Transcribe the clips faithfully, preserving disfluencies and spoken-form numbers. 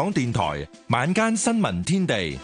港電台晚間新聞天地，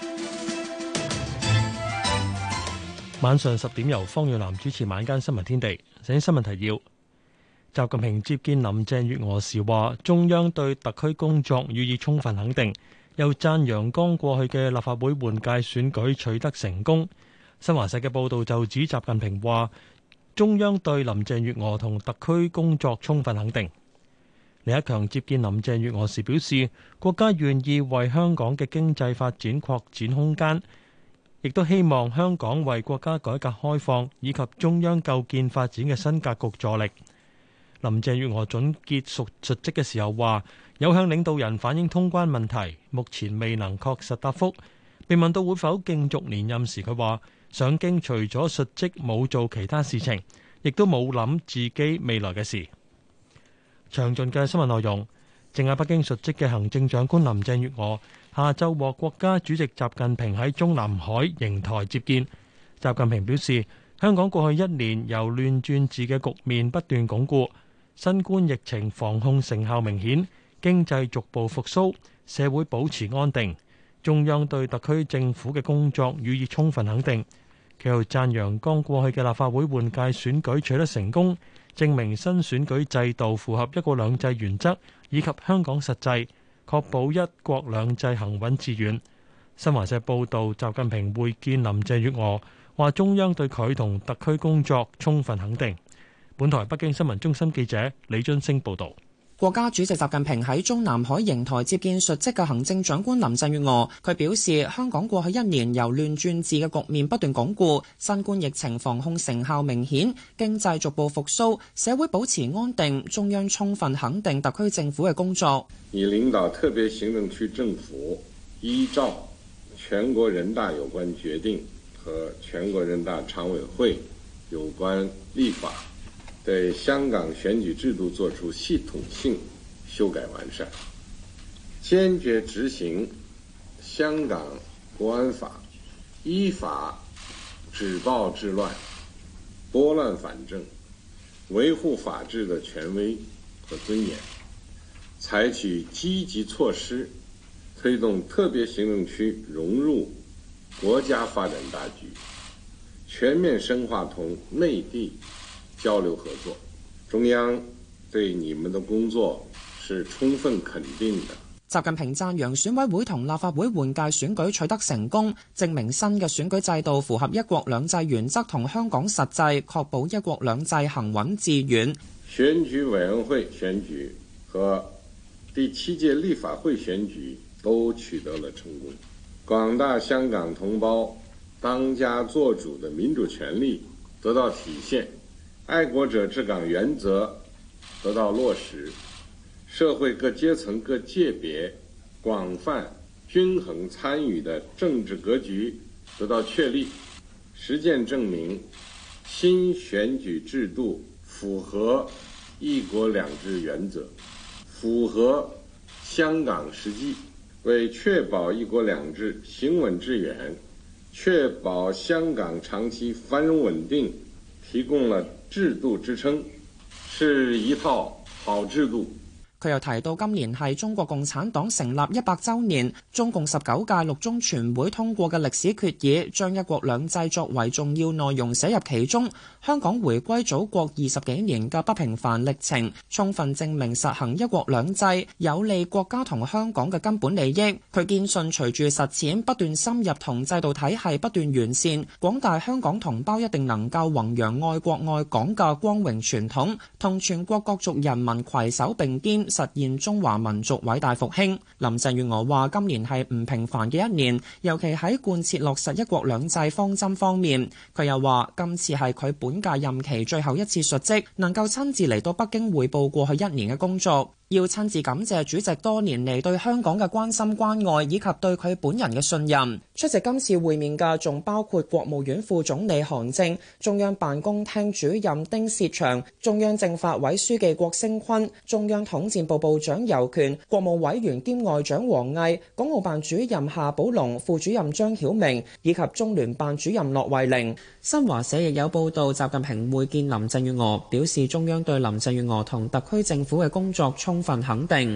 晚上十點由方遠南主持晚間新聞天地。首先新聞提要：習近平接見林鄭月娥時話，中央對特區工作予以充分肯定，又讚揚剛過去嘅立法會換屆選舉取得成功。新華社嘅報道就指習近平話，中央對林鄭月娥同特區工作充分肯定。李克強接見林鄭月娥時表示，國家願意為香港嘅經濟發展擴展空間，亦都希望香港為國家改革開放以及中央構建發展嘅新格局助力。林鄭月娥總結述述職嘅時候話，有向領導人反映通關問題，目前未能確實答覆。被問到會否競逐連任時，佢話上京除咗述職冇做其他事情，亦都冇諗自己未來嘅事。詳盡嘅新聞內容，正喺北京述職嘅行政長官林鄭月娥下晝獲國家主席習近平喺中南海瀛台接見。習近平表示，香港過去一年由亂轉治嘅局面不斷鞏固，新冠疫情防控成效明顯，經濟逐步復甦，社會保持安定。中央對特區政府嘅工作予以充分肯定。佢又讚揚剛過去嘅立法會換屆選舉取得成功，證明新選舉制度符合一國兩制原則以及香港實際，確保一國兩制行穩致遠。新華社報導，習近平會見林鄭月娥，話中央對佢同特區工作充分肯定。本台北京新聞中心記者李津升報導。 國家主席習近平喺中南海瀛台接見述職嘅行政長官林鄭月娥，佢表示，香港過去一年由亂轉治嘅局面不斷鞏固，新冠疫情防控成效明顯，經濟逐步復甦，社會保持安定。中央充分肯定特區政府嘅工作。 你領導特別行政區政府依照全國人大有關決定和全國人大常委會有關立法，對香港選舉制度作出系統性修改完善，堅決執行香港國安法，依法止暴制亂、撥亂反正，維護法治的權威和尊嚴，採取積極措施，推動特別行政區融入國家發展大局，全面深化同內地交流合作。中央對你們的工作是充分肯定的。 習近平讚揚選委會同立法會換屆選舉取得成功，證明新嘅選舉制度符合一國兩制原則同香港實際，確保一國兩制行穩致遠。 選舉委員會選舉和第七屆立法會選舉都取得了成功，廣大香港同胞當家作主的民主權利得到體現，愛國者治港原則得到落實，社會各階層各界別廣泛均衡參與的政治格局得到確立，實踐證明新選舉制度符合一國兩制原則，符合香港實際，為確保一國兩制行穩致遠，確保香港長期繁榮穩定提供了制度支撐，是一套好制度。 佢又提到，今年係中國共產黨成立一百週年，中共十九屆六中全會通過嘅歷史決議，將一國兩制作為重要內容寫入其中。香港回歸祖國二十幾年嘅不平凡歷程，充分證明實行一國兩制有利國家同香港嘅根本利益。佢堅信，隨住實踐不斷深入同制度體系不斷完善，廣大香港同胞一定能夠弘揚愛國愛港嘅光榮傳統，同全國各族人民攜手並肩，實現中華民族偉大復興。林鄭月娥話：今年係唔平凡嘅一年，尤其喺貫徹落實一國兩制方針方面。佢又話：今次係佢本屆任期最後一次述職，能夠親自嚟到北京匯報過去一年嘅工作。要親自感謝主席多年嚟對香港嘅關心關愛，以及對佢本人嘅信任。出席今次會面嘅仲包括國務院副總理韓正、中央辦公廳主任丁薛祥、中央政法委書記郭聲琨、中央統戰部部長尤權、國務委員兼外長王毅、港澳辦主任夏寶龍、副主任張曉明以及中聯辦主任駱惠寧。新華社亦有報道，習近平會見林鄭月娥，表示中央對林鄭月娥同特區政府嘅工作充分肯定。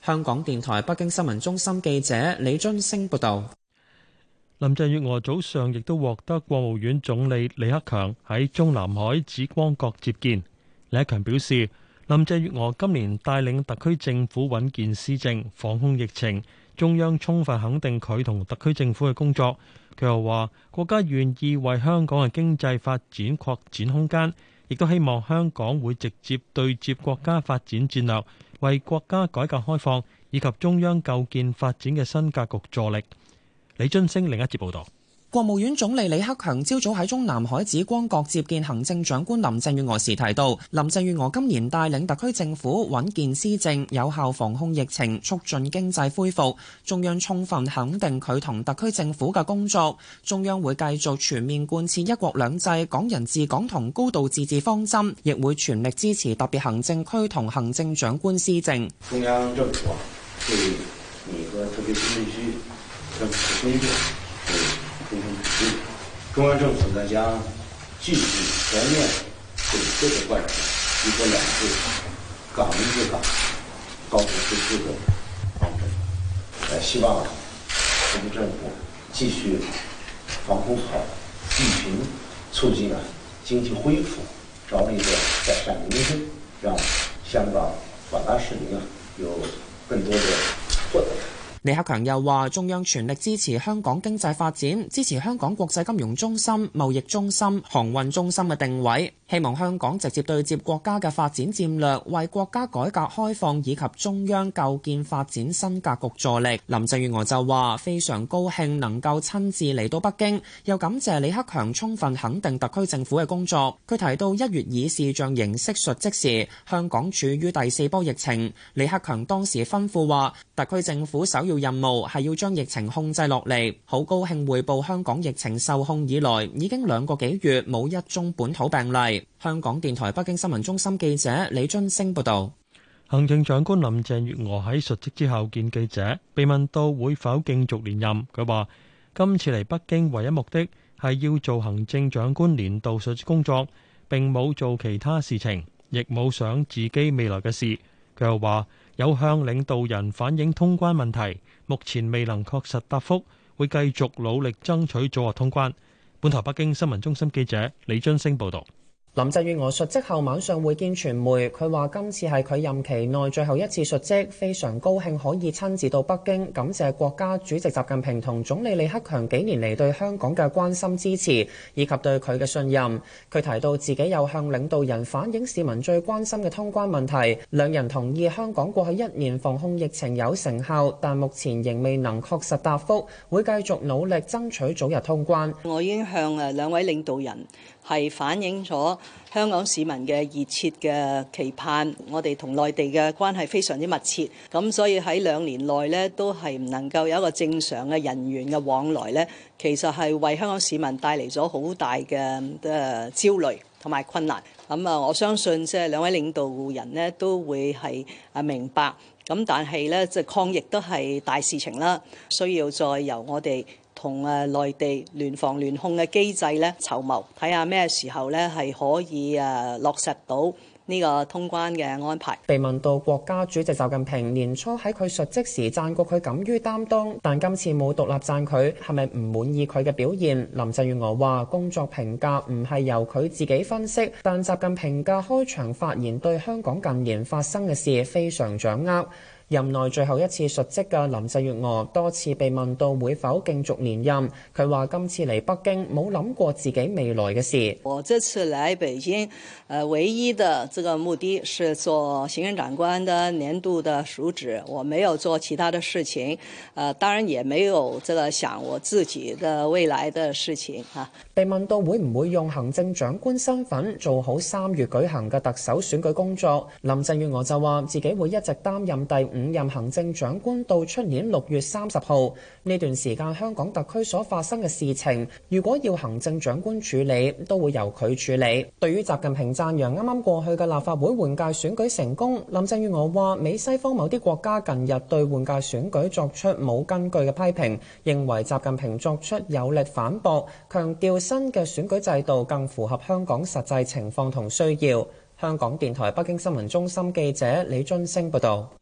香港電台北京新聞中心記者李津星報道。 林鄭月娥早上亦都獲得國務院總理李克強喺中南海紫光閣接見。李克強表示，林鄭月娥今年帶領特區政府穩健施政、防控疫情，中央充分肯定佢同特區政府嘅工作。佢又話，國家願意為香港嘅經濟發展擴展空間，亦都希望香港會直接對接國家發展戰略，為國家改革開放以及中央構建發展嘅新格局助力。李津升另一節報道。 國務院總理李克強朝早喺中南海紫光閣接見行政長官林鄭月娥時提到，林鄭月娥今年帶領特區政府穩健施政，有效防控疫情，促進經濟恢復。中央充分肯定佢同特區政府嘅工作，中央會繼續全面貫徹一國兩制、港人治港同高度自治方針，亦會全力支持特別行政區同行政長官施政。 中央政府對你和特別行政區政府工作非常肯定，中央政府呢將繼續全面準確地貫徹一國兩制、港人治港、高度自治的方針。呃，希望特區政府繼續防控好疫情，促進啊經濟恢復，着力的改善民生，讓香港廣大市民啊有更多的獲得。 李克強又話，中央全力支持香港經濟發展，支持香港國際金融中心、貿易中心、航運中心嘅定位，希望香港直接對接國家嘅發展戰略，為國家改革開放以及中央構建發展新格局助力。林鄭月娥就話非常高興能夠親自嚟到北京，又感謝李克強充分肯定特區政府嘅工作。佢提到一月以視像形式述職時，香港處於第四波疫情，李克強當時吩咐話，特區政府首要任務係要將疫情控制落嚟。好高興匯報香港疫情受控以來，已經兩個幾月冇一宗本土病例。香港電台北京新聞中心記者李津升報道。 行政長官林鄭月娥喺述職之後見記者，被問到會否競逐連任，佢話今次嚟北京唯一目的係要做行政長官年度述職工作，並冇做其他事情，亦冇想自己未來嘅事。佢又話有向領導人反映通關問題，目前未能確實答覆，會繼續努力爭取早日通關。本台北京新聞中心記者李津升報道。 林鄭月娥述職後晚上會見傳媒，佢話今次係佢任期內最後一次述職，非常高興可以親自到北京，感謝國家主席習近平同總理李克強幾年嚟對香港嘅關心支持，以及對佢嘅信任。佢提到自己有向領導人反映市民最關心嘅通關問題，兩人同意香港過去一年防控疫情有成效，但目前仍未能確實答覆，會繼續努力爭取早日通關。 我已經向誒兩位領導人係反映咗香港市民嘅熱切嘅期盼，我哋同內地嘅關係非常之密切，咁所以喺兩年內呢都係唔能夠有一個正常嘅人員嘅往來呢，其實係為香港市民帶嚟咗好大嘅誒焦慮同埋困難。咁啊，我相信即係兩位領導人呢都會係啊明白，咁但係呢，即係抗疫都係大事情啦，需要再由我哋同誒內地聯防聯控嘅機制咧籌謀，睇下咩時候咧係可以誒落實到呢個通關嘅安排。 被問到國家主席習近平年初喺佢述職時讚過佢敢於擔當，但今次冇獨立讚佢，係咪唔滿意佢嘅表現？林鄭月娥話：工作評價唔係由佢自己分析，但習近平嘅開場發言對香港近年發生嘅事非常掌握。任內最後一次述職嘅林鄭月娥多次被問到會否競逐連任，佢話今次嚟北京冇諗過自己未來嘅事。 我這次來北京，呃，唯一的這個目的是做行政長官的年度的述職，我沒有做其他的事情，呃，當然也沒有這個想我自己的未來的事情啊。 被問到會唔會用行政長官身份做好三月舉行嘅特首選舉工作，林鄭月娥就話自己會一直擔任第五任行政長官到出年六月三十號。呢段時間香港特區所發生嘅事情，如果要行政長官處理，都會由佢處理。對於習近平讚揚啱啱過去嘅立法會換屆選舉成功，林鄭月娥話美西方某啲國家近日對換屆選舉作出冇根據嘅批評，認為習近平作出有力反駁，強調新嘅選舉制度更符合香港實際情況同需要。香港電台北京新聞中心記者李津升報道。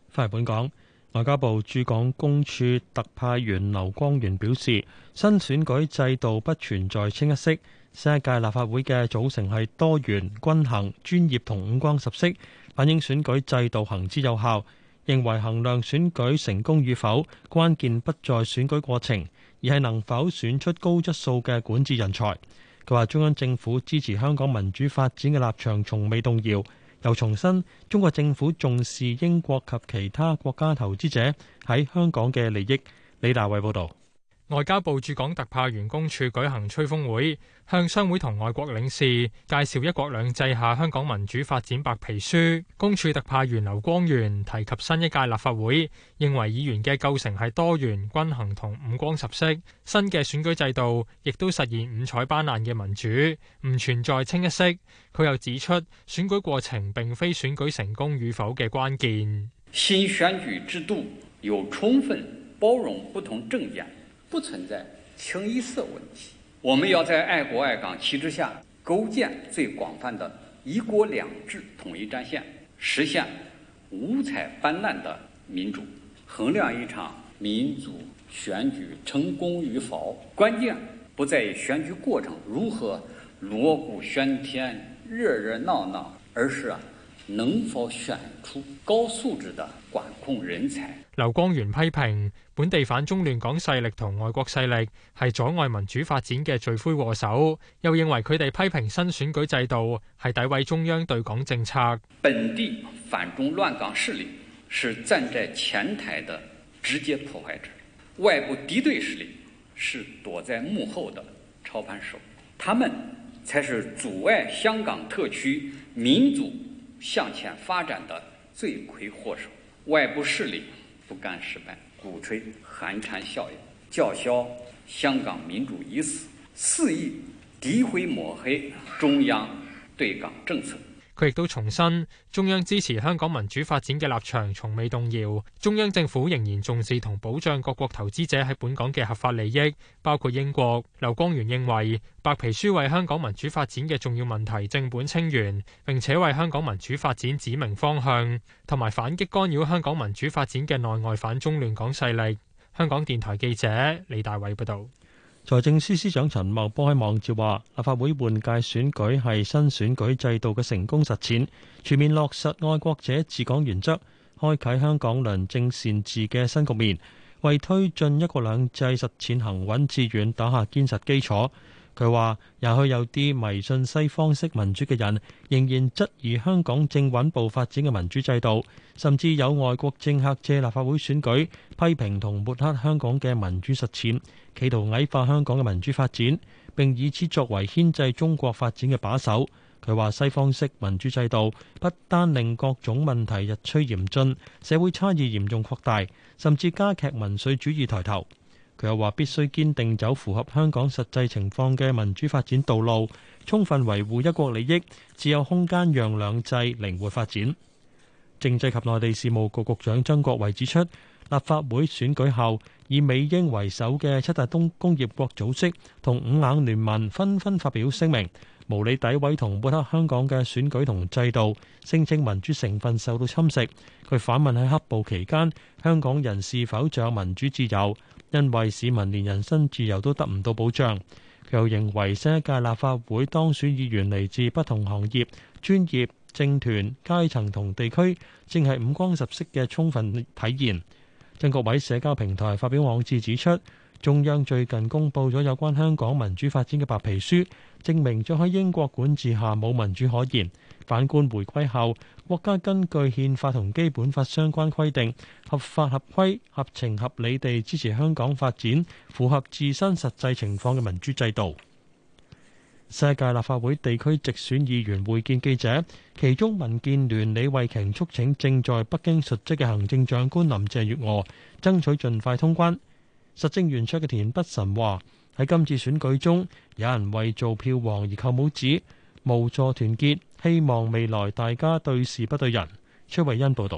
返嚟本港，外交部駐港公署特派員劉光源表示，新選舉制度不存在清一色，新一屆立法會嘅組成係多元、均衡、專業同五光十色，反映選舉制度行之有效。認為衡量選舉成功與否，關鍵不在選舉過程，而係能否選出高質素嘅管治人才。佢話中央政府支持香港民主發展嘅立場從未動搖。又重申，中國政府重視英國及其他國家投資者喺香港嘅利益。李大偉報導。 外交部駐港特派員公署舉行吹風會，向商會同外國領事介紹一國兩制下香港民主發展白皮書。公署特派員劉光源提及新一屆立法會，認為議員嘅構成係多元、均衡同五光十色。新嘅選舉制度亦都實現五彩斑斕嘅民主，唔存在清一色。佢又指出，選舉過程並非選舉成功與否嘅關鍵。 新選舉制度有充分包容不同政見，不存在清一色問題。我們要在愛國愛港旗幟下構建最廣泛的一國兩制統一戰線，實現五彩斑斕的民主。衡量一場民主選舉成功與否，關鍵不在於選舉過程如何鑼鼓喧天、熱熱鬧鬧，而是能否選出高素質的管控人才。 劉光源批評本地反中亂港勢力同外國勢力係阻礙民主發展嘅罪魁禍首，又認為佢哋批評新選舉制度係詆毀中央對港政策。 本地反中亂港勢力是站在前台的直接破壞者，外部敵對勢力是躲在幕後的操盤手，他們才是阻礙香港特區民主向前發展的罪魁禍首。外部勢力不甘失敗，鼓吹寒蟬效應，叫囂香港民主已死，肆意詆毀抹黑中央對港政策。 佢亦都重申，中央支持香港民主發展嘅立場從未動搖，中央政府仍然重視同保障各國投資者喺本港嘅合法利益，包括英國。劉光源認為，白皮書為香港民主發展嘅重要問題正本清源，並且為香港民主發展指明方向，同埋反擊干擾香港民主發展嘅內外反中亂港勢力。香港電台記者李大偉報導。 財政司司長陳茂波喺網誌話，立法會換屆選舉係新選舉制度嘅成功實踐，全面落實愛國者治港原則，開啟香港良政善治嘅新局面，為推進一國兩制實踐行穩致遠打下堅實基礎。佢話，也許有啲迷信西方式民主嘅人，仍然質疑香港正穩步發展嘅民主制度，甚至有外國政客借立法會選舉批評同抹黑香港嘅民主實踐，企圖矮化香港嘅民主發展，並以此作為牽制中國發展嘅把手。佢話，西方式民主制度不單令各種問題日趨嚴峻，社會差異嚴重擴大，甚至加劇民粹主義抬頭。佢又話，必須堅定走符合香港實際情況嘅民主發展道路，充分維護一國利益，只有空間讓兩制靈活發展。政制及內地事務局局長曾國衛指出，立法會選舉後，以美英為首嘅七大東工業國組織同五眼聯盟紛紛發表聲明，無理詆毀同抹黑香港嘅選舉同制度，聲稱民主成分受到侵蝕。佢反問喺黑暴期間，香港人是否仲有民主自由？因為市民連人身自由都得唔到保障。佢又認為新一屆立法會當選議員嚟自不同行業、專業、政團、階層同地區，正係五光十色嘅充分體現。曾國偉社交平台發表網誌指出，中央最近公布咗有關香港民主發展嘅白皮書，證明咗喺英國管治下冇民主可言。反觀回歸後，國家根據憲法同基本法相關規定，合法合規、合情合理地支持香港發展符合自身實際情況嘅民主制度。世界立法會地區直選議員會見記者，其中民建聯李慧瓊促請正在北京述職嘅行政長官林鄭月娥爭取盡快通關。實政圓桌嘅田北辰話：喺今次選舉中，有人為做票王而扣帽子，無助團結，希望未來大家對事不對人。崔慧欣報導。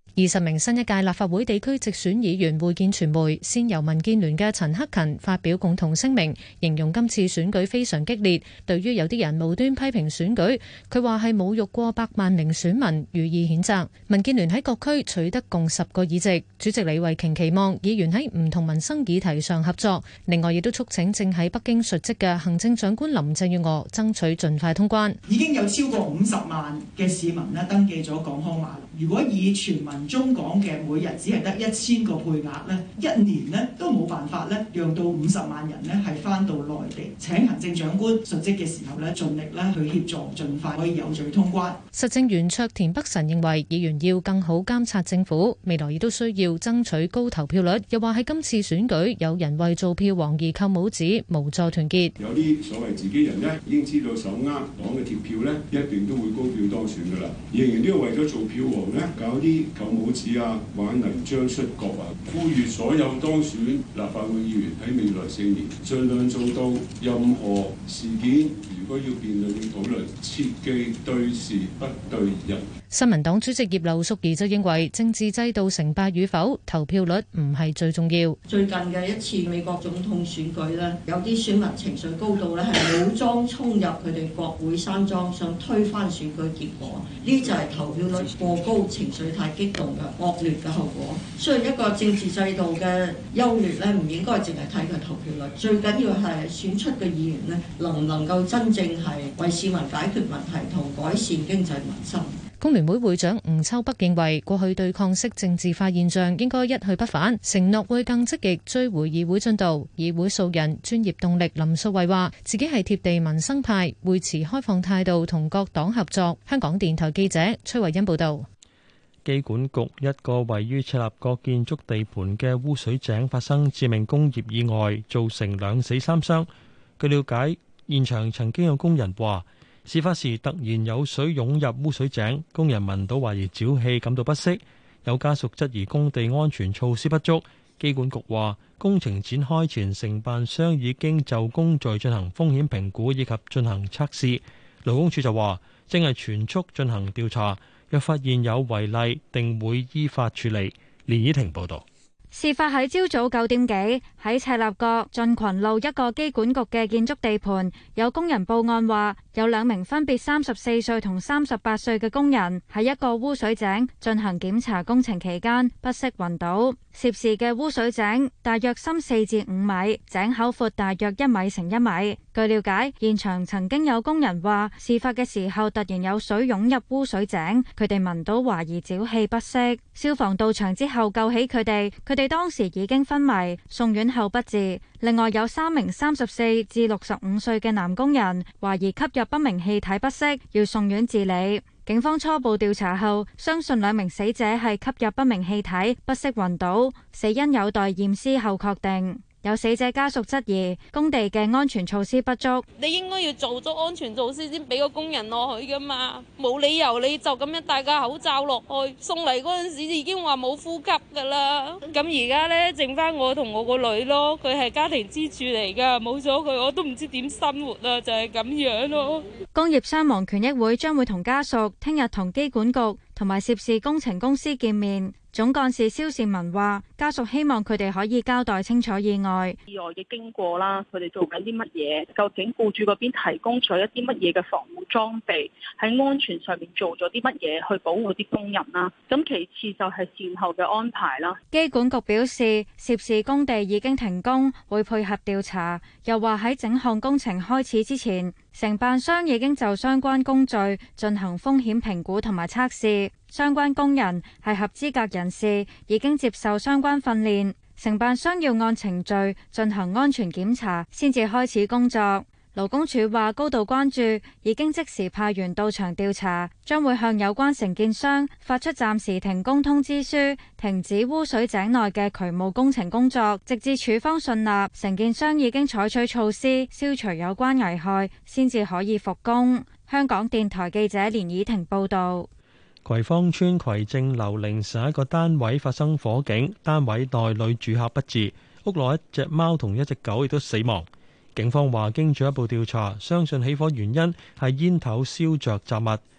二十名新一屆立法會地區直選議員會見傳媒，先由民建聯嘅陳克勤發表共同聲明，形容今次選舉非常激烈。對於有啲人無端批評選舉，佢話係侮辱過百萬名選民，予以譴責。民建聯喺各區取得共十個議席，主席李慧瓊期望議員喺唔同民生議題上合作。另外，亦都促請正喺北京述職嘅行政長官林鄭月娥爭取盡快通關。 已經有超過五十萬嘅市民咧登記咗港康碼，如果以全民中港嘅每日只係得一千個配額咧，一年咧都冇辦法咧，讓到五十萬人咧係翻到內地。請行政長官述職嘅時候咧，盡力咧去協助，盡快可以有序通關。 實政圓桌田北辰認為，議員要更好監察政府，未來亦都需要爭取高投票率。又話喺今次選舉，有人為做票王而扣帽子，無助團結。 有啲所謂自己人呢，已經知道手握黨嘅鐵票呢，一定都會高票當選噶啦，仍然都要為咗做票王呢，搞啲扣帽子啊、玩泥漿摔角啊，呼籲所有當選立法會議員喺未來四年盡量做到任何事件，如果要辯論要討論，切記對事不對人。 新民黨主席葉劉淑儀就認為，政治制度成敗與否，投票率唔係最重要。 最近嘅一次美國總統選舉呢，有啲選民情緒高度呢係武裝衝入佢哋國會山莊，想推翻選舉結果。呢就係投票率過高、情緒太激動嘅惡劣嘅後果。雖然一個政治制度嘅優劣呢，唔應該淨係睇佢投票率，最緊要係選出嘅議員呢，能唔能夠真正係為市民解決問題同改善經濟民生。 工聯會會長吳秋北認為，過去對抗式政治化現象應該一去不返，承諾會更積極追回議會進度。議會素人專業動力林素慧話，自己係貼地民生派，會持開放態度同各黨合作。香港電台記者崔慧欣報道。 機管局一個位於赤鱲角建築地盤嘅污水井發生致命工業意外，造成兩死三傷。據了解，現場曾經有工人話，事發時突然有水湧入污水井，工人聞到懷疑沼氣，感到不適。有家屬質疑工地安全措施不足。機管局話，工程展開前，承辦商已經就工序進行風險評估以及進行測試。勞工處就話，正係全速進行調查，若發現有違例，定會依法處理。連倚婷報導。 事發喺朝早九點幾，喺赤鱲角進群路一個機管局嘅建築地盤，有工人報案話，有兩名分別三十四歲同三十八歲嘅工人喺一個污水井進行檢查工程期間不適暈倒。涉事嘅污水井大約深四至五米，井口闊大約一米乘一米。據了解，現場曾經有工人話，事發嘅時候突然有水湧入污水井，佢哋聞到懷疑沼氣不適。消防到場之後救起佢哋，佢哋當時已經昏迷，送院後不治。另外有三名三十四至六十五歲嘅男工人懷疑吸入不明氣體不適，要送院治理。警方初步調查後，相信兩名死者係吸入不明氣體不適暈倒，死因有待驗屍後確定。有死者家屬質疑工地嘅安全措施不足， 你應該要做足安全措施先俾個工人落去噶嘛，冇理由你就咁樣戴個口罩落去，送嚟嗰陣時已經話冇呼吸噶啦。咁而家呢，剩翻我同我個女咯，佢係家庭支柱嚟噶，冇咗佢我都唔知點生活啊，就係咁樣咯。 工業傷亡權益會將會同家屬聽日同機管局同埋涉事工程公司見面。總幹事蕭善文話，家屬希望佢哋可以交代清楚意外意外嘅經過啦，佢哋做緊啲乜嘢，究竟僱主嗰邊提供咗一啲乜嘢嘅防護裝備，喺安全上面做咗啲乜嘢去保護啲工人啦。咁其次就係善後嘅安排啦。 機管局表示，涉事工地已經停工，會配合調查。又話喺整項工程開始之前，承辦商已經就相關工序進行風險評估同埋測試。相關工人係合資格人士，已經接受相關訓練。承辦商要按程序進行安全檢查，先至開始工作。勞工處話高度關注，已經即時派員到場調查，將會向有關承建商發出暫時停工通知書，停止污水井內嘅渠務工程工作，直至處方信納承建商已經採取措施消除有關危害，先至可以復工。香港電台記者連倚婷報道。 葵芳邨葵正樓凌晨一個單位發生火警，單位內女住客不治，屋內一隻貓同一隻狗亦都死亡。警方話經進一步調查，相信起火原因係煙頭燒着雜物。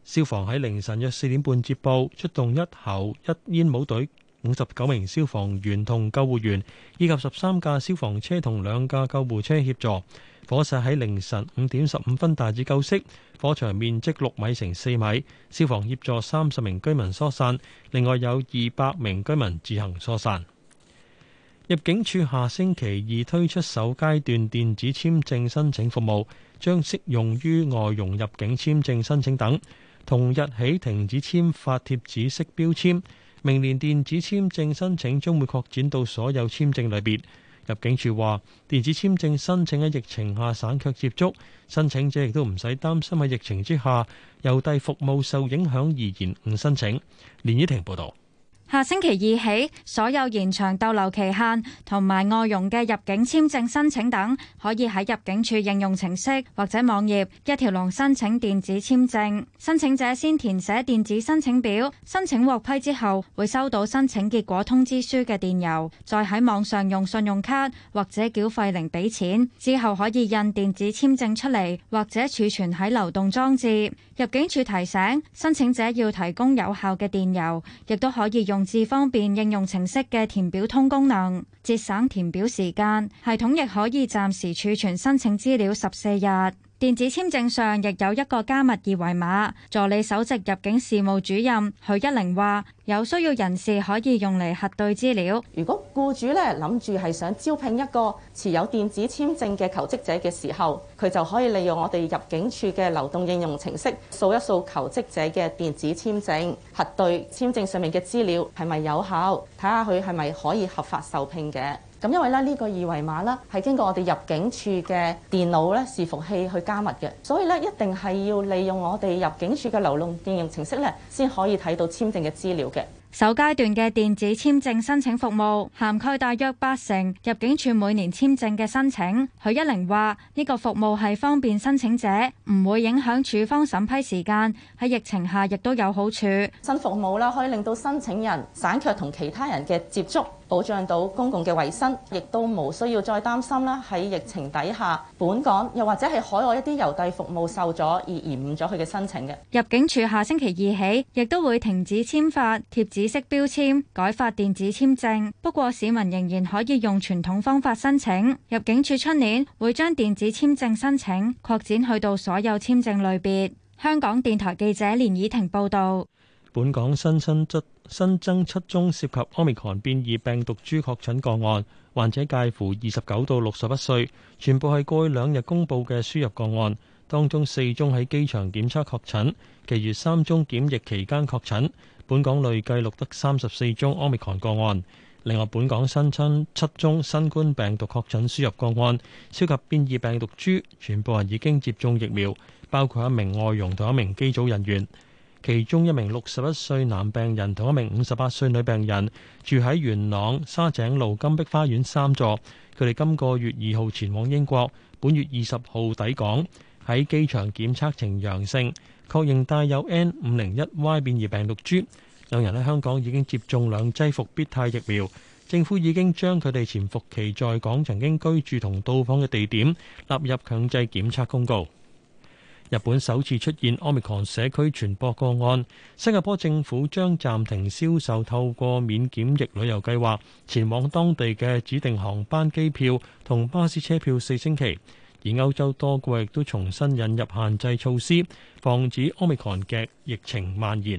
消防喺凌晨約四點半接報，出動一喉一煙帽隊五十九名消防員同救護員，以及十三架消防車同兩架救護車協助。火勢喺凌晨五點十五分大致救熄，火場面積六米乘四米，消防協助三十名居民疏散，另外有二百名居民自行疏散。入境處下星期二推出首階段電子簽證申請服務，將適用於外傭入境簽證申請等。同日起停止簽發貼紙式標籤，明年電子簽證申請將會擴展到所有簽證類別。入境處話，電子簽證申請喺疫情下省卻接觸，申請者亦都唔使擔心喺疫情之下郵遞服務受影響而延誤申請。連依婷報導。 下星期二起，所有延長逗留期限同埋外傭嘅入境簽證申請等，可以喺入境處應用程式或者網頁一條龍申請電子簽證。申請者先填寫電子申請表，申請獲批之後會收到申請結果通知書嘅電郵，再喺網上用信用卡或者繳費靈俾錢，之後可以印電子簽證出嚟，或者儲存喺流動裝置。入境處提醒申請者要提供有效嘅電郵，亦都可以用智方便應用程式嘅填表通功能，節省填表時間。系統亦可以暫時儲存申請資料十四日。電子簽證上亦有一個加密二維碼。助理首席入境事務主任許一玲話，有需要人士可以用嚟核對資料。 如果僱主咧諗住係想招聘一個持有電子簽證嘅求職者嘅時候，佢就可以利用我哋入境處嘅流動應用程式掃一掃求職者嘅電子簽證，核對簽證上面嘅資料係咪有效，睇下佢係咪可以合法受聘嘅。咁因為咧呢個二維碼咧係經過我哋入境處嘅電腦咧伺服器去加密嘅，所以咧一定係要利用我哋入境處嘅流動應用程式咧先可以睇到簽證嘅資料嘅。 首階段嘅電子簽證申請服務涵蓋大約八成入境處每年簽證嘅申請。許一玲話：呢個服務係方便申請者，唔會影響處方審批時間，喺疫情下亦都有好處。 新服務啦，可以令到申請人省卻同其他人嘅接觸，保障到公共嘅衛生，亦都冇需要再擔心啦。喺疫情底下，本港又或者係海外一啲郵遞服務受阻而延誤咗佢嘅申請嘅。 入境處下星期二起，亦都會停止簽發貼紙式標籤，改發電子簽證。不過市民仍然可以用傳統方法申請。入境處出年會將電子簽證申請擴展去到所有簽證類別。香港電台記者連以婷報導。 本港新新增新增七宗涉及 Omicron 變異病毒株確診個案，患者介乎二十九到六十一歲，全部係過去兩日公佈嘅輸入個案。當中四宗喺機場檢測確診，其餘三宗檢疫期間確診。本港累計錄得三十四宗 Omicron 個案。另外，本港新增七宗新冠病毒確診輸入個案，涉及變異病毒株，全部人已經接種疫苗，包括一名外傭同一名機組人員。其中一名六十一歲男病人同一名五十八歲女病人住喺元朗沙井路金碧花園三座，佢哋今個月二號前往英國，本月二十號抵港，喺機場檢測呈陽性，確認帶有 N 五零一 Y 變異病毒株。兩人喺香港已經接種兩劑復必泰疫苗，政府已經將佢哋潛伏期在港曾經居住同到訪嘅地點納入強制檢測公告。日本首次出現 Omicron 社區傳播個案，新加坡政府將暫停銷售透過免檢疫旅遊計劃前往當地嘅指定航班機票同巴士車票四星期，而歐洲多國亦都重新引入限制措施，防止 Omicron 嘅疫情蔓延。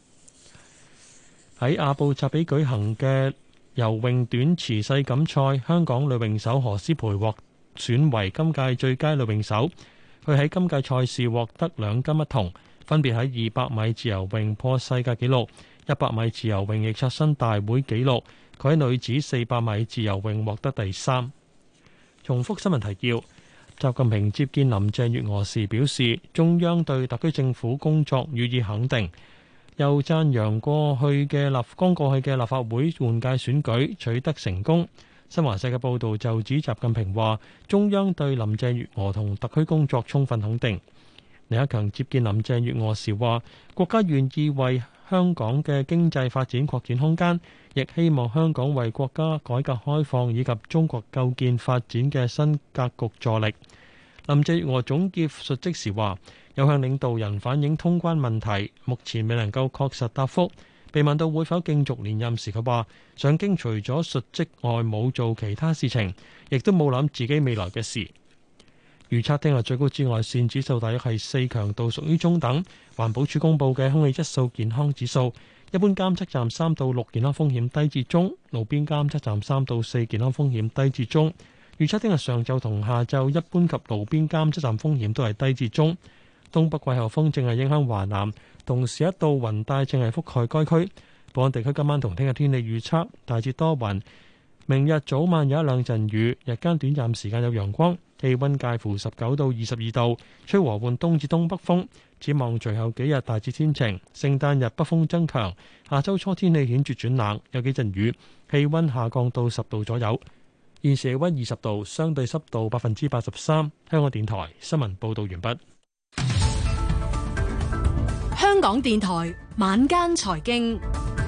喺阿布扎比舉行嘅游泳短池世錦賽，香港女泳手何詩蓓獲選為今屆最佳女泳手。佢喺今屆賽事獲得兩金一銅，分別喺二百米自由泳破世界紀錄，一百米自由泳亦刷新大會紀錄。佢喺女子四百米自由泳獲得第三。重複新聞提要：習近平接見林鄭月娥時表示，中央對特區政府工作予以肯定，又讚揚過去嘅立剛過去嘅立法會換屆選舉取得成功。新華社嘅報導就指習近平話，中央對林鄭月娥同特區工作充分肯定。李克強接見林鄭月娥時話，國家願意為香港嘅經濟發展擴展空間，亦希望香港為國家改革開放以及中國構建發展嘅新格局助力。林鄭月娥總結述職時話， 有向領導人反映通關問題，目前未能夠確實答覆。被問到會否競逐連任時，佢話上京除咗述職外冇做其他事情，亦都冇諗自己未來嘅事。預測聽日最高紫外線指數大約係四，強度屬於中等。環保署公佈嘅空氣質素健康指數，一般監測站三到六，健康風險低至中；路邊監測站三到四，健康風險低至中。預測聽日上晝同下晝一般及路邊監測站風險都係低至中。東北季候風正係影響華南，同時一道雲帶正係覆蓋該區。本港地區今晚同聽日天氣預測大致多雲，明日早晚有一兩陣雨，日間短暫時間有陽光，氣溫介乎十九到二十二度，吹和緩東至東北風。展望隨後幾日大致天晴，聖誕日北風增強，下周初天氣顯著轉冷，有幾陣雨，氣溫下降到十度左右。現時氣溫二十度，相對濕度百分之八十三。香港電台新聞報道完畢。 香港電台晚間財經，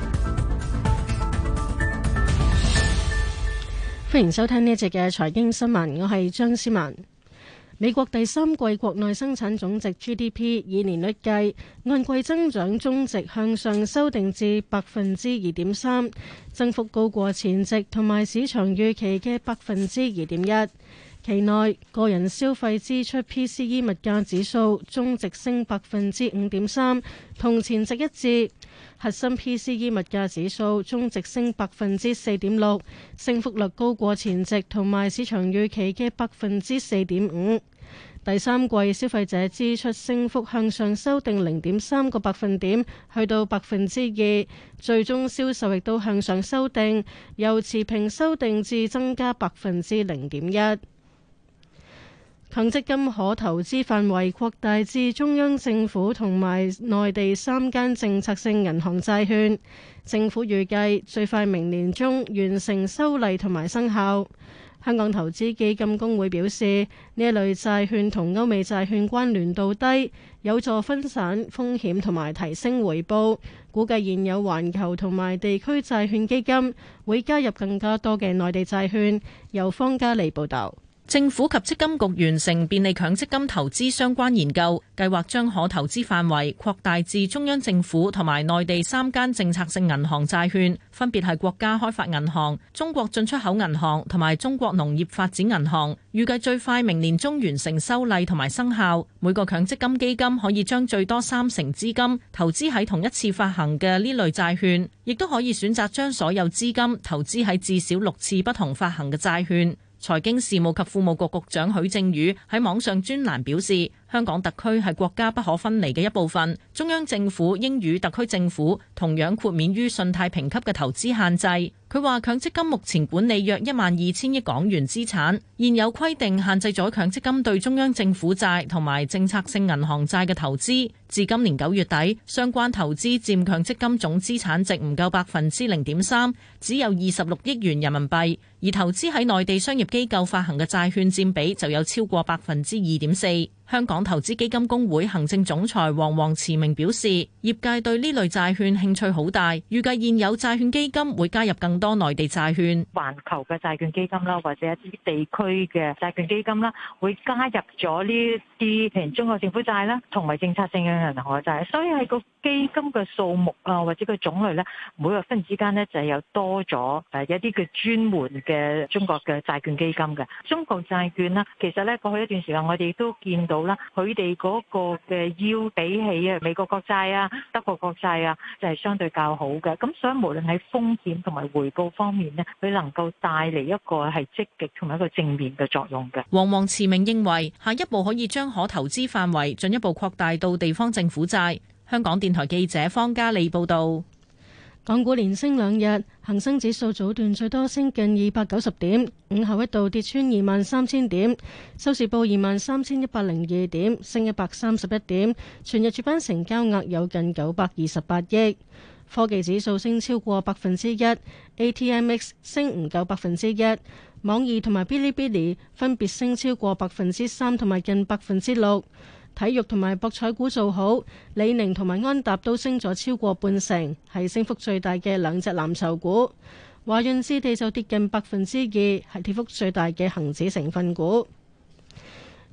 歡迎收聽呢一節嘅財經新聞，我係張思文。美國第三季國內生產總值 G D P 以年率計，按季增長中值向上修訂至百分之二點三，增幅高過前值同埋市場預期嘅百分之二點一。期內個人消費支出 P C E 物價指數中值升百分之五點三，同前值一致。核心 P C E 物價指數中值升百分之四點六，升幅率高過前值同埋市場預期嘅百分之四點五。第三季消費者支出升幅向上修訂零點三個百分點，去到百分之二。最終銷售亦都向上修訂，由持平修訂至增加百分之零點一。強積金可投資範圍擴大至中央政府同埋內地三間政策性銀行債券，政府預計最快明年中完成修例同埋生效。香港投資基金公會表示，呢一類債券同歐美債券關聯度低，有助分散風險同埋提升回報。估計現有環球同埋地區債券基金會加入更加多嘅內地債券。由方嘉利報導。 政府及積金局完成便利強積金投資相關研究，計劃將可投資範圍擴大至中央政府同埋內地三間政策性銀行債券，分別係國家開發銀行、中國進出口銀行同埋中國農業發展銀行。預計最快明年中完成修例同埋生效。每個強積金基金可以將最多三成資金投資喺同一次發行嘅呢類債券，亦都可以選擇將所有資金投資喺至少六次不同發行嘅債券。財經事務及庫務局局長許正宇喺網上專欄表示，香港特區係國家不可分離嘅一部分，中央政府應與特區政府同樣豁免於信貸評級嘅投資限制。佢話強積金目前管理約一萬二千億港元資產，現有規定限制咗強積金對中央政府債同埋政策性銀行債嘅投資。至今年九月底，相關投資佔強積金總資產值唔夠百分之零點三，只有二十六億元人民幣。而投資喺內地商業機構發行嘅債券佔比就有超過百分之二點四。香港投資基金公會行政總裁黃黃慈明表示，業界對呢類債券興趣好大，預計現有債券基金會加入更多內地債券。 環球嘅債券基金啦，或者一啲地區嘅債券基金啦，會加入咗呢啲譬如中國政府債啦，同埋政策性嘅銀行嘅債，所以係個基金嘅數目啊，或者個種類咧，每個分之間咧就係有多咗誒一啲嘅專門嘅中國嘅債券基金嘅中國債券啦。其實咧過去一段時間，我哋都見到啦，佢哋嗰個嘅yield比起啊美國國債啊、德國國債啊，就係相對較好嘅。咁所以無論喺風險同埋回報方面咧，佢能夠帶嚟一個係積極同埋一個正面嘅作用嘅。 黃黃慈明認為，下一步可以將可投資範圍進一步擴大到地方政府債。香港電台記者方嘉利報道。 港股連升兩日，恒生指數早段最多升近二百九十點，午後一度跌穿二萬三千點，收市報二萬三千一百零二點，升一百三十一點。全日主板成交額有近九百二十八億。科技指數升超過百分之一 ，A T M X 升唔夠百分之一，網易同埋嗶哩嗶哩分別升超過百分之三同埋近百分之六。體育同埋博彩股做好，李寧同埋安踏都升咗超過半成，係升幅最大嘅兩隻藍籌股。華潤置地就跌近百分之二，係跌幅最大嘅恒指成分股。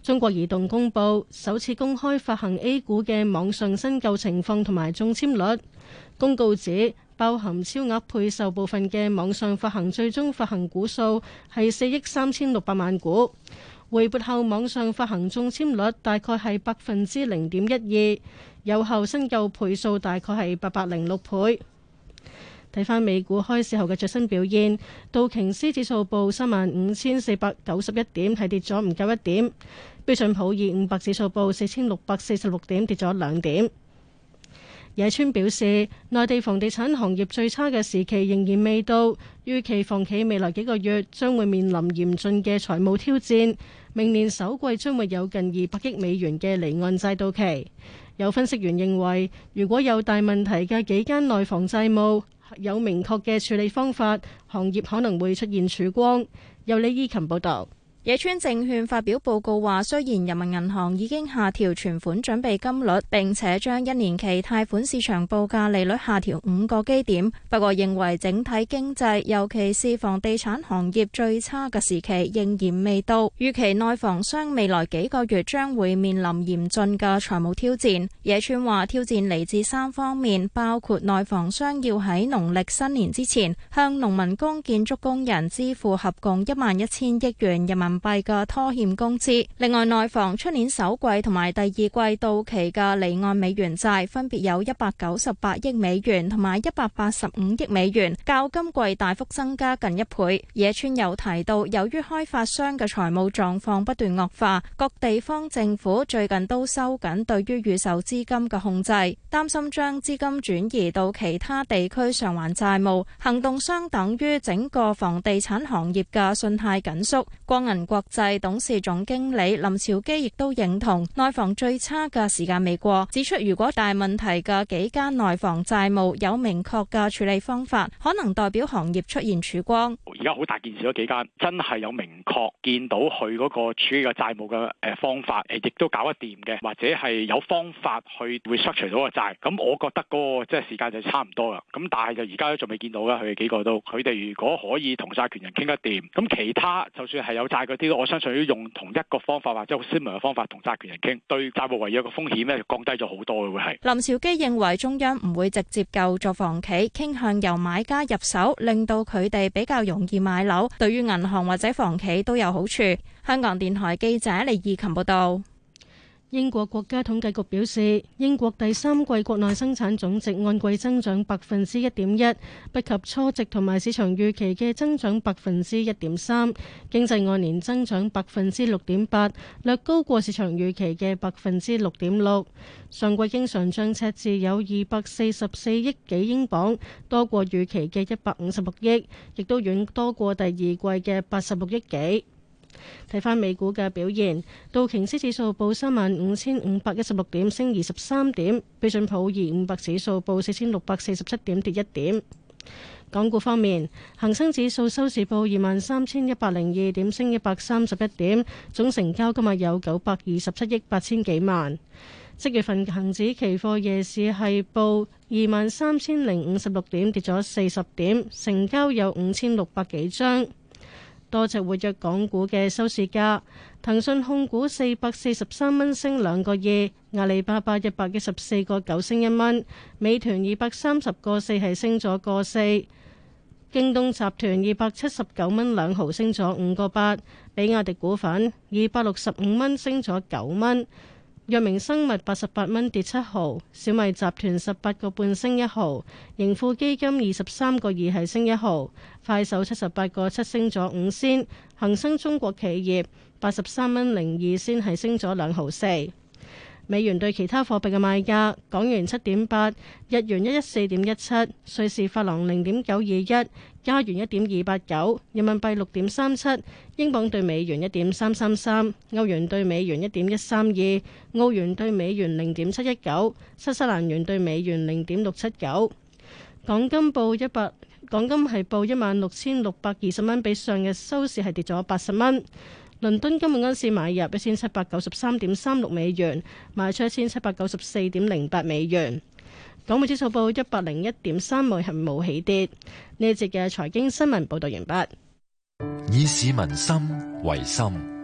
中國移動公佈首次公開發行 A 股嘅網上申購情況同埋中籤率。公告指，包含超額配售部分嘅網上發行最終發行股數係四億三千六百萬股，回撥後網上發行中籤率大概係百分之零點一二，有效申購倍數大概係八百零六倍。睇返美股開市後嘅最新表現，道瓊斯指數報三萬五千四百九十一點，係跌咗唔夠一點。標準普爾五百指數報四千六百四十六點，跌咗兩點。野村表示，內地房地產行業最差嘅時期仍然未到，預期房企未來幾個月將會面臨嚴峻嘅財務挑戰，明年首季將會有近二百億美元嘅離岸債到期。有分析員認為，如果有大問題嘅幾間內房債務有明確嘅處理方法，行業可能會出現曙光。由李依琴報道。 野村證券發表報告話，雖然人民銀行已經下調存款準備金率，並且將一年期貸款市場報價利率下調五個基點，不過認為整體經濟，尤其是房地產行業最差嘅時期仍然未到，預期內房商未來幾個月將會面臨嚴峻嘅財務挑戰。野村話，挑戰嚟自三方面，包括內房商要喺農曆新年之前向農民工、建築工人支付合共一萬一千億元人民幣嘅拖欠工資。另外，內房出年首季同埋第二季到期嘅離岸美元債分別有一百九十八億美元同埋一百八十五億美元，較今季大幅增加近一倍。野村有提到，由於開發商嘅財務狀況不斷惡化，各地方政府最近都收緊對於預售資金嘅控制，擔心將資金轉移到其他地區償還債務，行動相等於整個房地產行業嘅信貸緊縮。光銀國際董事總經理林朝基亦都認同，內房最差嘅時間未過，指出如果大問題嘅幾間內房債務有明確嘅處理方法，可能代表行業出現曙光。 而家好大件事嗰幾間真係有明確見到佢嗰個處理嘅債務嘅誒方法，誒亦都搞得掂嘅，或者係有方法去 restructure 到個債。咁我覺得嗰個即係時間就差唔多啦。咁但係就而家都仲未見到啦，佢哋幾個都，佢哋如果可以同債權人傾得掂，咁其他就算係有債嗰啲，我相信要用同一個方法或者好 similar 嘅方法同債權人傾，對債務違約嘅風險咧降低咗好多嘅會係。 林朝基認為中央唔會直接救助房企，傾向由買家入手，令到佢哋比較容易買樓，對於銀行或者房企都有好處。香港電台記者李義琴報道。 英國國家統計局表示，英國第三季國內生產總值按季增長百分之一點一，不及初值同埋市場預期嘅增長百分之一點三，經濟按年增長百分之六點八，略高過市場預期嘅百分之六點六。上季經常帳赤字有二百四十四億幾英鎊，多過預期嘅一百五十六億，亦都遠多過第二季嘅八十六億幾。睇返美股嘅表現，道瓊斯指數報三萬五千五百一十六點，升二十三點；標準普爾五百指數報四千六百四十七點，跌一點。港股方面，恒生指數收市報二萬三千一百零二點，升一百三十一點，總成交今日有九百二十七億八千幾萬。即月份恒指期貨夜市係報二萬三千零五十六點，跌咗四十點，成交有五千六百幾張。多隻活躍港股嘅收市價，騰訊控股四百四十三蚊升兩個二，阿里巴巴一百一十四個九升一蚊，美團二百三十個四係升咗個四，京東集團二百七十九蚊兩毫升咗五個八，比亞迪股份二百六十五蚊升咗九蚊。藥明生物八十八蚊跌七毫，小米集團十八個半升一毫，盈富基金二十三個二係升一毫，快手七十八個七升咗五仙，恒生中國企業八十三蚊零二仙係升咗兩毫四。美元對其他貨幣嘅賣價：港元七點八，日元一一四點一七，瑞士法郎零點九二一，加元一點二八九，人民幣六點三七，英鎊對美元一點三三三，歐元對美元一點一三二，澳元對美元零點七一九，新西蘭元對美元零點六七九。港金報一百，港金係報一萬六千六百二十蚊，比上日收市係跌咗八十蚊。倫敦金每盎司買入一千七百九十三點三六美元，賣出一千七百九十四點零八美元。港匯指數報一百零一點三，係冇起跌。呢一節嘅財經新聞報道完畢。 以市民心為心，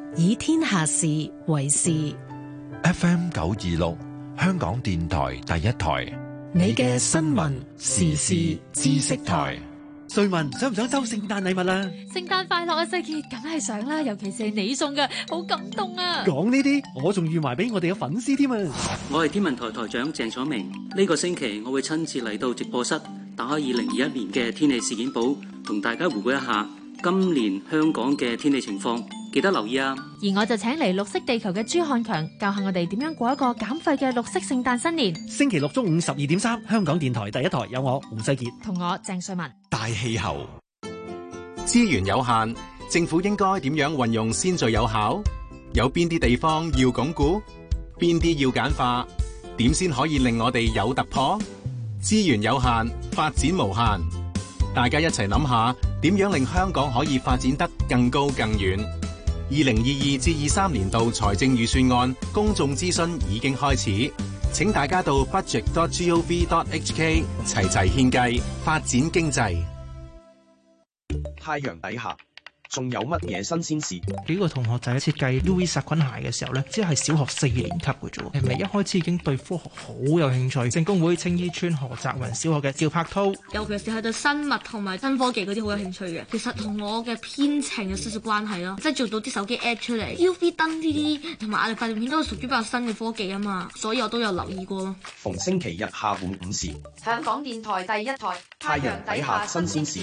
以天下事為事。 F M 九二六，香港電台第一台， 你嘅新聞時事知識台。 瑞文想唔想收聖誕禮物啊？ 聖誕快樂啊，世傑，梗係想啦，尤其是係你送嘅，好感動啊！ 講呢啲，我仲預埋俾我哋嘅粉絲添啊！ 我係天文台台長鄭楚明，呢個星期我會親自嚟到直播室，打開二零二一年嘅天氣事件簿，同大家回顧一下今年香港嘅天氣情況，記得留意啊！ 而我就請嚟綠色地球嘅朱漢強，教下我哋點樣過一個減廢嘅綠色聖誕新年。 星期六中午十二點三，香港電台第一台有我胡世傑同我鄭瑞文。 大氣候資源有限，政府應該點樣運用先最有效？有邊啲地方要鞏固？邊啲要簡化？點先可以令我哋有突破？資源有限，發展無限，大家一齊諗下點樣令香港可以發展得更高更遠。二零二二至二三年度財政預算案公眾諮詢已經開始，請大家到 budget dot gov dot hk 齊齊獻計，發展經濟。 太陽底下仲有乜嘢新鮮事？ 幾個同學仔設計 U V 殺菌鞋嘅時候呢，只係小學四年級嘅啫，係咪一開始已經對科學好有興趣？聖公會青衣村何澤雲小學嘅趙柏濤， 尤其是係對生物同埋新科技嗰啲好有興趣嘅，其實同我嘅編程有少少關係咯，即係做到啲手機 app 出嚟 ，U V 燈呢啲同埋壓力發電片都係屬於比較新嘅科技啊嘛，所以我都有留意過咯。 逢星期日下午五時， 香港電台第一台， 太陽底下新鮮事。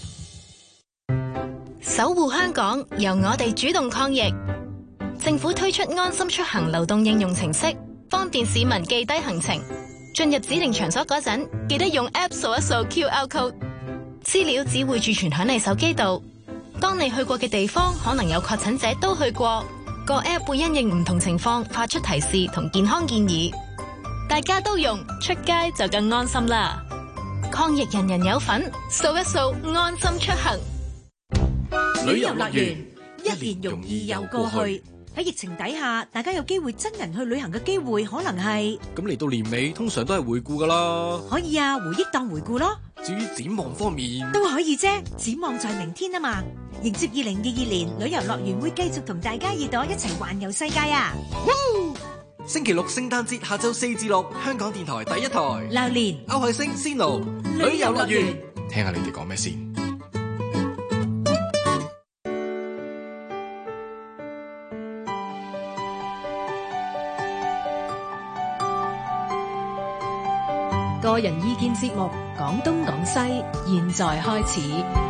守護香港，由我哋主動抗疫。政府推出安心出行流動應用程式，方便市民記低行程。進入指定場所嗰陣，記得用 App 掃一掃 Q R code， 資料只會儲存響你手機度。當你去過嘅地方可能有確診者都去過，個 App 會因應唔同情況發出提示同健康建議。大家都用，出街就更安心啦！抗疫人人有份，掃一掃安心出行。 旅遊樂園一年容易又過去，喺疫情底下，大家有機會真人去旅行嘅機會可能係咁嚟到年尾，通常都係回顧噶啦。 可以啊，回憶當回顧咯。 至於展望方面， 都可以啫。展望在明天啊嘛，迎接二零二二年，旅遊樂園會繼續同大家耳朵一齊環遊世界啊！ 星期六聖誕節下晝四至六，香港電台第一台。 榴蓮、 歐海星、Sino 旅遊樂園，聽下你哋講咩先。 個人意見節目《講東講西》，現在開始。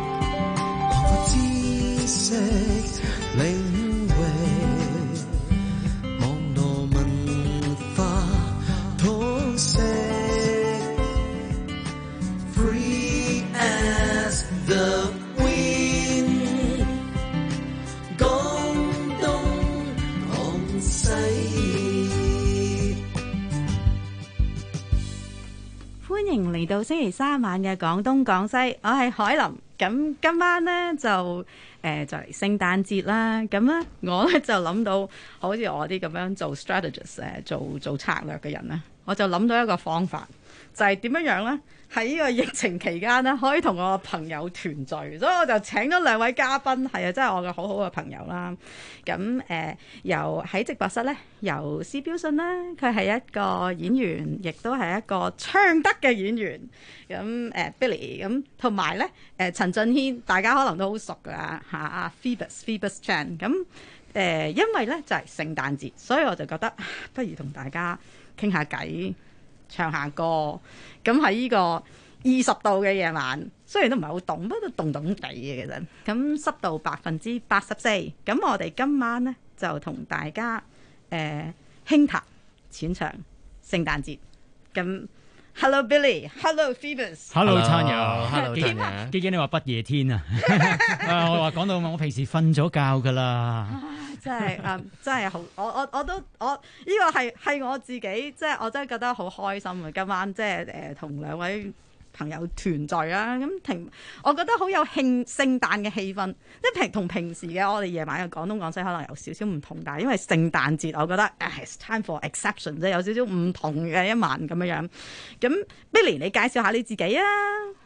歡迎嚟到星期三晚嘅廣東廣西，我係海琳。咁今晚呢，就誒、呃、就嚟聖誕節啦，咁咧我咧就諗到好似我啲咁樣做 strategist 誒做做策略嘅人咧，我就諗到一個方法，就係、是、點樣樣咧？喺呢個疫情期間咧，可以同我朋友團聚，所以我就請咗兩位嘉賓，係啊，真係我嘅好好嘅朋友啦。咁誒、呃，由喺直播室咧，由施標信啦，佢係一個演員，亦都係一個唱得嘅演員。咁誒、呃、Billy，咁同埋咧誒陳俊軒，大家可能都好熟噶嚇，阿 Phoebus Phoebus Chan。咁誒、呃，因為咧就係、是、聖誕節，所以我就覺得不如同大家傾下偈。唱下歌，咁喺呢個二十度嘅夜晚，雖然都唔係好凍，不過都凍凍地嘅其實。咁濕度百分之八十四，咁我哋今晚呢，就同大家誒、呃、輕談淺唱聖誕節。咁 Hello Billy，Hello Phoebus，Hello 餐友，Hello 餐友，基基你話不夜天啊？啊我話講到我平時瞓咗覺噶啦。 真係啊、嗯，真係好，我我我都我呢、這個係係我自己，即係我真係覺得好開心啊！今晚即係誒同兩位朋友團聚啊，咁停，我覺得好有慶聖誕嘅氣氛，即係平同平時嘅我哋夜晚嘅廣東廣西可能有少少唔同，但係因為聖誕節，我覺得誒、uh, it's time for exception，即係有少少唔同嘅一晚咁樣樣。咁 Billy，你介紹下你自己啊？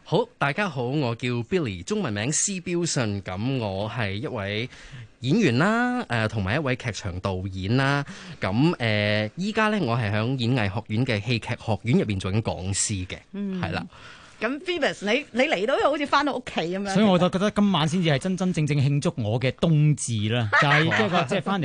好，大家好，我叫 Billy， 中文名施標信，咁我係一位演員啦，誒同埋一位劇場導演啦，咁誒依家咧我係響演藝學院嘅戲劇學院入邊做緊講師嘅，係啦、嗯。 咁 Phoebus 你你嚟到又好似翻到屋企咁樣， 所以我就覺得今晚先至係真真正正慶祝我嘅冬至啦，就係即係個即係翻嚟。